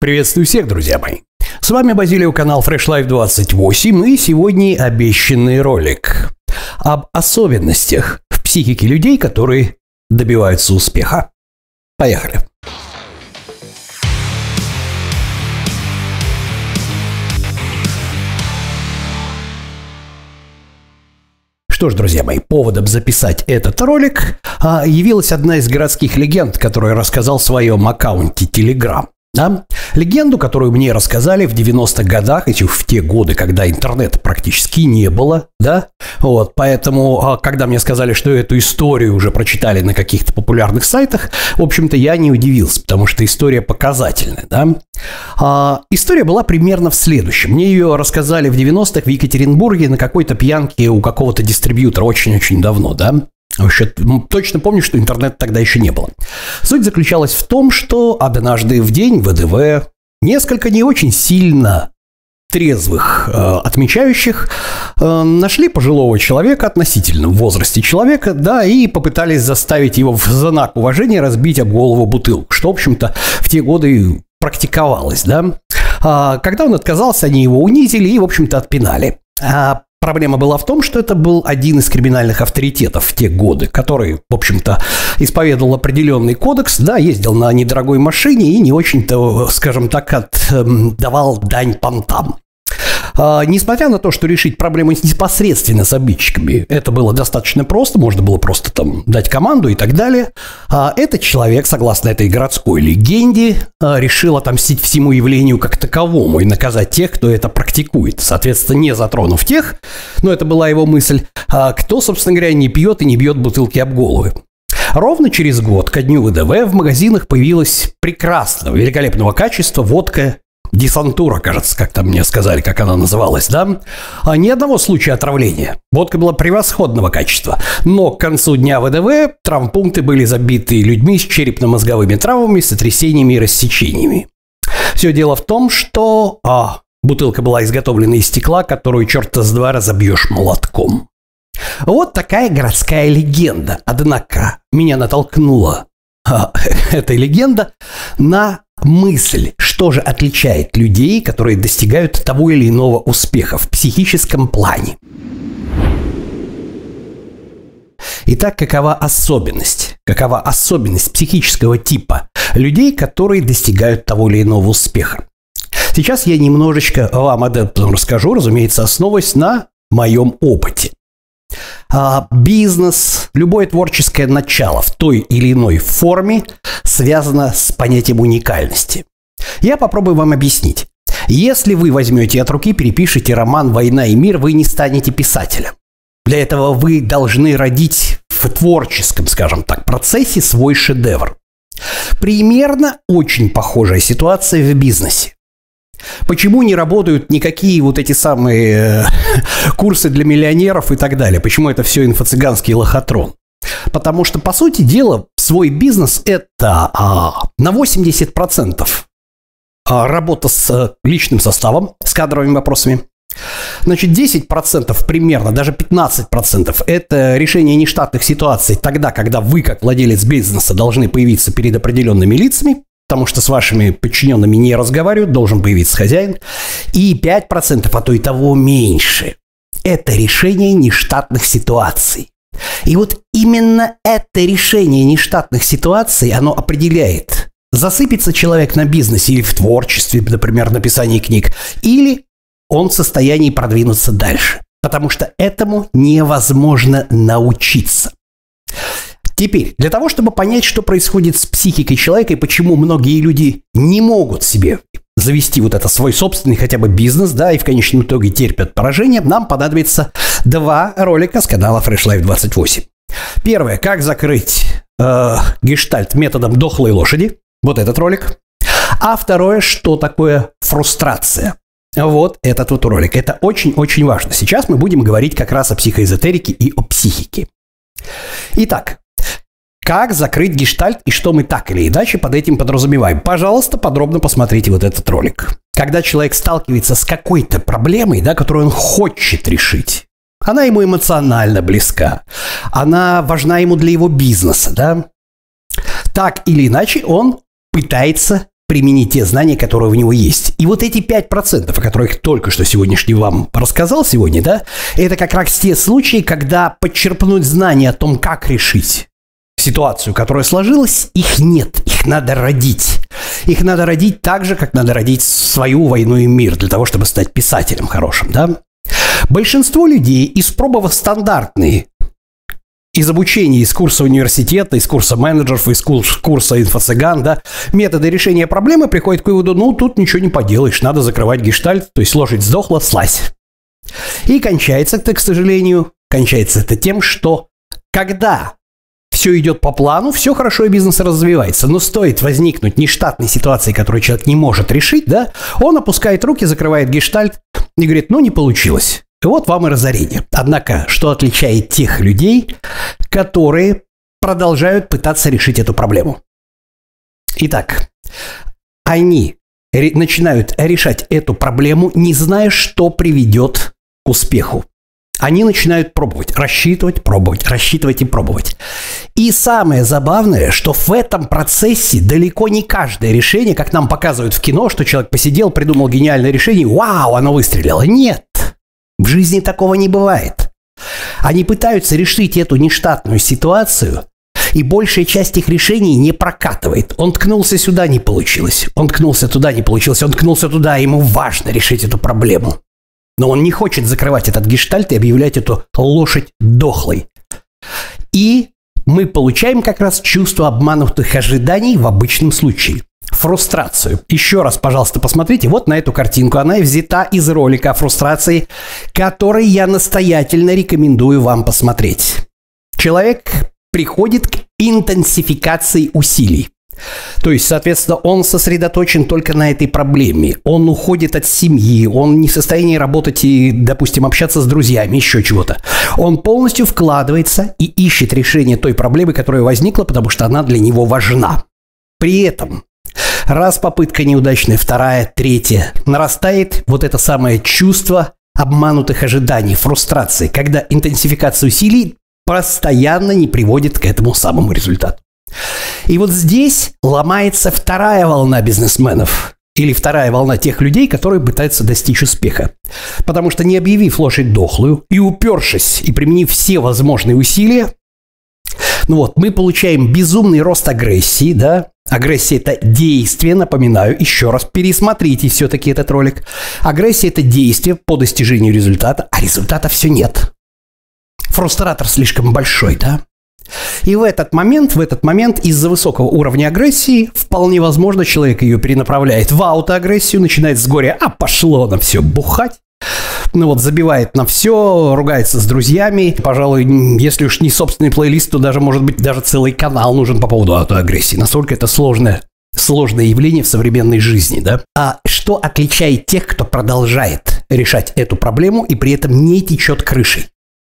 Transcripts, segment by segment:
Приветствую всех, друзья мои. С вами Базилио, канал Fresh Life 28, и сегодня обещанный ролик об особенностях в психике людей, которые добиваются успеха. Поехали. Что ж, друзья мои, поводом записать этот ролик явилась одна из городских легенд, которую я рассказал в своем аккаунте Telegram. Да? Легенду, которую мне рассказали в 90-х годах, еще в те годы, когда интернета практически не было, да, вот, поэтому, когда мне сказали, что эту историю уже прочитали на каких-то популярных сайтах, в общем-то, я не удивился, потому что история показательная, да. История была примерно в следующем. Мне ее рассказали в 90-х в Екатеринбурге на какой-то пьянке у какого-то дистрибьютора очень-очень давно, да. Вообще, точно помню, что интернета тогда еще не было. Суть заключалась в том, что однажды в день ВДВ несколько не очень сильно трезвых отмечающих нашли пожилого человека, относительно в возрасте человека, да, и попытались заставить его в знак уважения разбить об голову бутылку, что, в общем-то, в те годы практиковалось, да. Когда он отказался, они его унизили и, в общем-то, отпинали. Проблема была в том, что это был один из криминальных авторитетов в те годы, который, в общем-то, исповедовал определенный кодекс, да, ездил на недорогой машине и не очень-то, скажем так, отдавал дань понтам. Несмотря на то, что решить проблему непосредственно с обидчиками, это было достаточно просто, можно было просто там дать команду и так далее, этот человек, согласно этой городской легенде, решил отомстить всему явлению как таковому и наказать тех, кто это практикует, соответственно, не затронув тех, но это была его мысль, кто, собственно говоря, не пьет и не бьет бутылки об головы. Ровно через год ко дню ВДВ в магазинах появилась прекрасного, великолепного качества водка Десантура, кажется, как там мне сказали, как она называлась, да? Ни одного случая отравления. Водка была превосходного качества. Но к концу дня ВДВ травмпункты были забиты людьми с черепно-мозговыми травмами, сотрясениями и рассечениями. Все дело в том, что бутылка была изготовлена из стекла, которую черта с два разобьешь молотком. Вот такая городская легенда. Однако меня натолкнула эта легенда на мысль, что же отличает людей, которые достигают того или иного успеха в психическом плане. Итак, какова особенность? Какова особенность психического типа людей, которые достигают того или иного успеха? Сейчас я немножечко вам об этом расскажу, разумеется, основываясь на моем опыте. Бизнес, любое творческое начало в той или иной форме связано с понятием уникальности. Я попробую вам объяснить. Если вы возьмете от руки, перепишете роман «Война и мир», вы не станете писателем. Для этого вы должны родить в творческом, скажем так, процессе свой шедевр. Примерно очень похожая ситуация в бизнесе. Почему не работают никакие вот эти самые курсы для миллионеров и так далее? Почему это все инфо-цыганский лохотрон? Потому что, по сути дела, свой бизнес – это на 80% работа с личным составом, с кадровыми вопросами. Значит, 10% примерно, даже 15% – это решение нештатных ситуаций тогда, когда вы, как владелец бизнеса, должны появиться перед определенными лицами, потому что с вашими подчиненными не разговаривают, должен появиться хозяин. И 5%, а то и того меньше – это решение нештатных ситуаций. И вот именно это решение нештатных ситуаций, оно определяет, засыпется человек на бизнесе или в творчестве, например, написании книг, или он в состоянии продвинуться дальше. Потому что этому невозможно научиться. Теперь, для того, чтобы понять, что происходит с психикой человека и почему многие люди не могут себе завести вот это свой собственный хотя бы бизнес, да, и в конечном итоге терпят поражение, нам понадобится два ролика с канала Fresh Life 28. Первое, как закрыть гештальт методом дохлой лошади, вот этот ролик. А второе, что такое фрустрация. Вот этот вот ролик. Это очень-очень важно. Сейчас мы будем говорить как раз о психоэзотерике и о психике. Итак, как закрыть гештальт и что мы так или иначе под этим подразумеваем? Пожалуйста, подробно посмотрите вот этот ролик. Когда человек сталкивается с какой-то проблемой, да, которую он хочет решить, она ему эмоционально близка, она важна ему для его бизнеса, да, так или иначе он пытается применить те знания, которые у него есть. И вот эти 5%, о которых только что сегодняшний вам рассказал сегодня, да, это как раз те случаи, когда подчерпнуть знания о том, как решить ситуацию, которая сложилась, их нет, их надо родить. Их надо родить так же, как надо родить свою «Войну и мир» для того, чтобы стать писателем хорошим, да. Большинство людей, испробовав стандартные из обучения, из курса университета, из курса менеджеров, из курса инфо-цыган, да, методы решения проблемы, приходят к выводу, ну, тут ничего не поделаешь, надо закрывать гештальт, то есть лошадь сдохла, слазь. И кончается это, к сожалению, кончается это тем, что когда все идет по плану, все хорошо и бизнес развивается, но стоит возникнуть нештатной ситуации, которую человек не может решить, да, он опускает руки, закрывает гештальт и говорит, ну, не получилось. И вот вам и разорение. Однако, что отличает тех людей, которые продолжают пытаться решить эту проблему? Итак, они начинают решать эту проблему, не зная, что приведет к успеху. Они начинают пробовать, рассчитывать и пробовать. И самое забавное, что в этом процессе далеко не каждое решение, как нам показывают в кино, что человек посидел, придумал гениальное решение, вау, оно выстрелило. Нет. В жизни такого не бывает. Они пытаются решить эту нештатную ситуацию, и большая часть их решений не прокатывает. Он ткнулся сюда, не получилось. Он ткнулся туда, не получилось. Он ткнулся туда, ему важно решить эту проблему. Но он не хочет закрывать этот гештальт и объявлять эту лошадь дохлой. И мы получаем как раз чувство обманутых ожиданий в обычном случае. Фрустрацию. Еще раз, пожалуйста, посмотрите вот на эту картинку. Она взята из ролика о фрустрации, который я настоятельно рекомендую вам посмотреть. Человек приходит к интенсификации усилий. То есть, соответственно, он сосредоточен только на этой проблеме. Он уходит от семьи, он не в состоянии работать и, допустим, общаться с друзьями, еще чего-то. Он полностью вкладывается и ищет решение той проблемы, которая возникла, потому что она для него важна. При этом раз попытка неудачная, вторая, третья, нарастает вот это самое чувство обманутых ожиданий, фрустрации, когда интенсификация усилий постоянно не приводит к этому самому результату. И вот здесь ломается вторая волна бизнесменов или вторая волна тех людей, которые пытаются достичь успеха. Потому что не объявив лошадь дохлую и упершись и применив все возможные усилия, ну вот, мы получаем безумный рост агрессии, да. Агрессия – это действие, напоминаю, еще раз, пересмотрите все-таки этот ролик. Агрессия – это действие по достижению результата, а результата все нет. Фрустратор слишком большой, да. И в этот момент из-за высокого уровня агрессии вполне возможно человек ее перенаправляет в аутоагрессию, начинает с горя, а пошло на все бухать. Ну вот, забивает на все, ругается с друзьями. Пожалуй, если уж не собственный плейлист, то даже, может быть, даже целый канал нужен по поводу аутоагрессии. Насколько это сложное явление в современной жизни, да? А что отличает тех, кто продолжает решать эту проблему и при этом не течет крышей?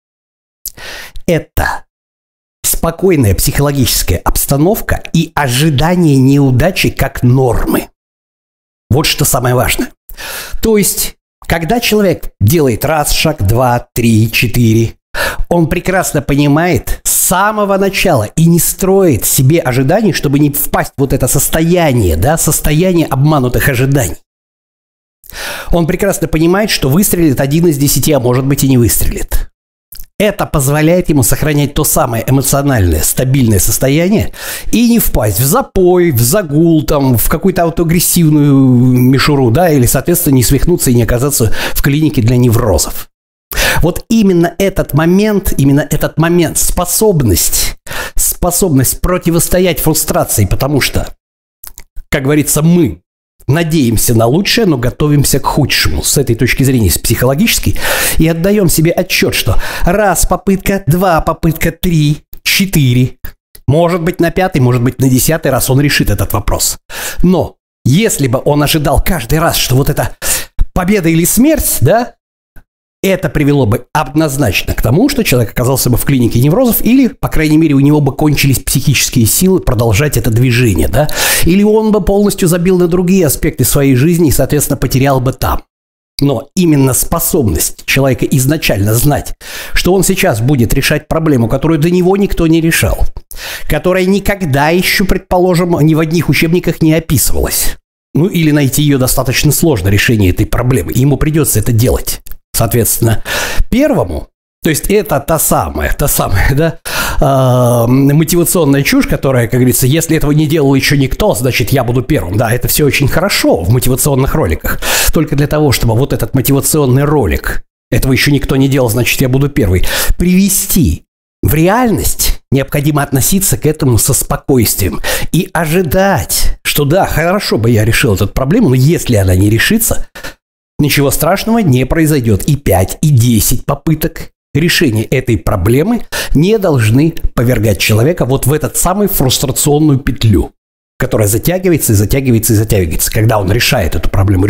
Это спокойная психологическая обстановка и ожидание неудачи как нормы. Вот что самое важное. То есть, когда человек делает раз шаг, 2, 3, 4, он прекрасно понимает с самого начала и не строит себе ожиданий, чтобы не впасть в вот это состояние, да, состояние обманутых ожиданий. Он прекрасно понимает, что выстрелит 1 из 10, а может быть и не выстрелит. Это позволяет ему сохранять то самое эмоциональное, стабильное состояние и не впасть в запой, в загул, там, в какую-то аутоагрессивную мишуру, да, или, соответственно, не свихнуться и не оказаться в клинике для неврозов. Вот именно этот момент, способность противостоять фрустрации, потому что, как говорится, мы надеемся на лучшее, но готовимся к худшему. С этой точки зрения, с психологической. И отдаем себе отчет, что раз попытка, 2 попытка, 3, 4. Может быть, на 5-й, может быть, на 10-й раз он решит этот вопрос. Но если бы он ожидал каждый раз, что вот это победа или смерть, да, это привело бы однозначно к тому, что человек оказался бы в клинике неврозов или, по крайней мере, у него бы кончились психические силы продолжать это движение, да? Или он бы полностью забил на другие аспекты своей жизни и, соответственно, потерял бы там. Но именно способность человека изначально знать, что он сейчас будет решать проблему, которую до него никто не решал, которая никогда еще, предположим, ни в одних учебниках не описывалась. Ну, или найти ее достаточно сложно, решение этой проблемы. И ему придется это делать. Соответственно, первому, то есть это та самая, да, мотивационная чушь, которая, как говорится, если этого не делал еще никто, значит, я буду первым. Да, это все очень хорошо в мотивационных роликах. Только для того, чтобы вот этот мотивационный ролик, этого еще никто не делал, значит, я буду первый, привести в реальность, необходимо относиться к этому со спокойствием и ожидать, что да, хорошо бы я решил эту проблему, но если она не решится, ничего страшного не произойдет. И 5, и 10 попыток решения этой проблемы не должны повергать человека вот в этот самый фрустрационную петлю, которая затягивается и затягивается и затягивается. Когда он решает эту проблему,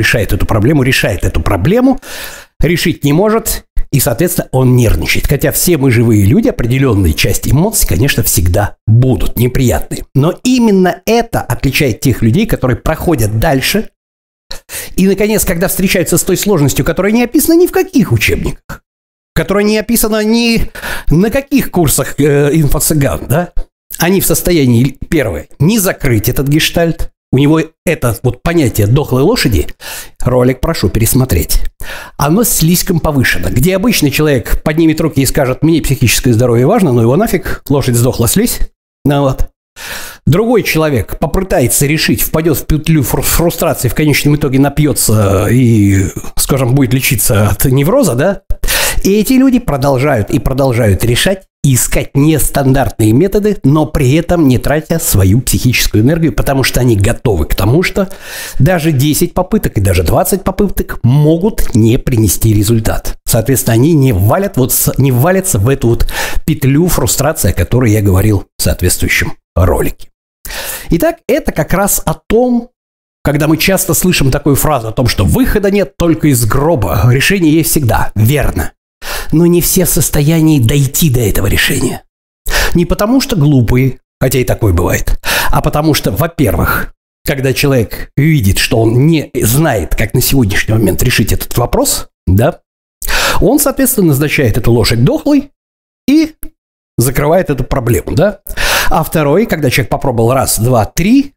решить не может, и, соответственно, он нервничает. Хотя все мы живые люди, определенные части эмоций, конечно, всегда будут неприятные. Но именно это отличает тех людей, которые проходят дальше. И, наконец, когда встречаются с той сложностью, которая не описана ни в каких учебниках, которая не описана ни на каких курсах инфо-цыган, да, они в состоянии, первое, не закрыть этот гештальт. У него это вот понятие дохлой лошади, ролик прошу пересмотреть, оно слишком повышено. Где обычный человек поднимет руки и скажет, мне психическое здоровье важно, но его нафиг, лошадь сдохла, слизь. Ну вот. Другой человек попытается решить, впадет в петлю фрустрации, в конечном итоге напьется и, скажем, будет лечиться от невроза, да? И эти люди продолжают решать и искать нестандартные методы, но при этом не тратя свою психическую энергию, потому что они готовы к тому, что даже 10 попыток и даже 20 попыток могут не принести результат. Соответственно, они не валятся в эту вот петлю фрустрации, о которой я говорил в соответствующем ролике. Итак, это как раз о том, когда мы часто слышим такую фразу о том, что выхода нет только из гроба, решение есть всегда. Верно. Но не все в состоянии дойти до этого решения. Не потому что глупые, хотя и такое бывает, а потому что, во-первых, когда человек видит, что он не знает, как на сегодняшний момент решить этот вопрос, да, он, соответственно, назначает эту лошадь дохлой и закрывает эту проблему, да. А второй, когда человек попробовал раз, два, три,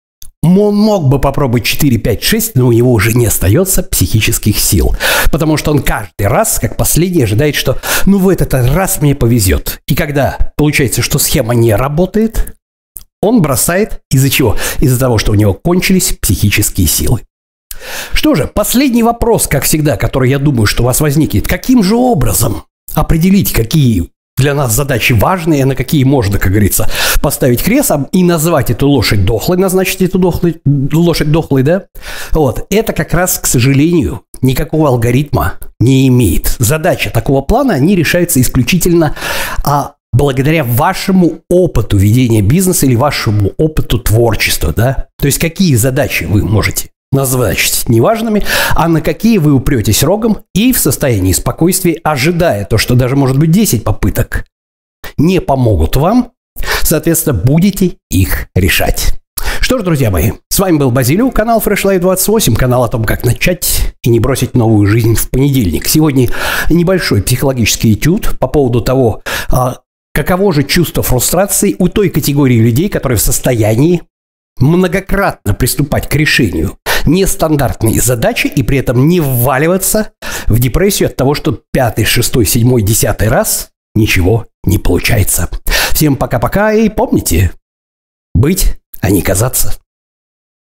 он мог бы попробовать 4, 5, 6, но у него уже не остается психических сил. Потому что он каждый раз, как последний, ожидает, что ну в этот раз мне повезет. И когда получается, что схема не работает, он бросает. Из-за чего? Из-за того, что у него кончились психические силы. Что же, последний вопрос, как всегда, который, я думаю, что у вас возникнет. Каким же образом определить, какие для нас задачи важные, на какие можно, как говорится, поставить крест и назвать эту лошадь дохлой, назначить эту лошадь дохлой, да? Вот. Это как раз, к сожалению, никакого алгоритма не имеет. Задача такого плана, они решаются исключительно благодаря вашему опыту ведения бизнеса или вашему опыту творчества, да? То есть, какие задачи вы можете назначить неважными, а на какие вы упретесь рогом и в состоянии спокойствия, ожидая то, что даже, может быть, 10 попыток не помогут вам, соответственно, будете их решать. Что ж, друзья мои, с вами был Базилио, канал Fresh Life 28, канал о том, как начать и не бросить новую жизнь в понедельник. Сегодня небольшой психологический этюд по поводу того, каково же чувство фрустрации у той категории людей, которые в состоянии многократно приступать к решению нестандартные задачи и при этом не вваливаться в депрессию от того, что 5, 6, 7, 10 раз ничего не получается. Всем пока-пока и помните, быть, а не казаться.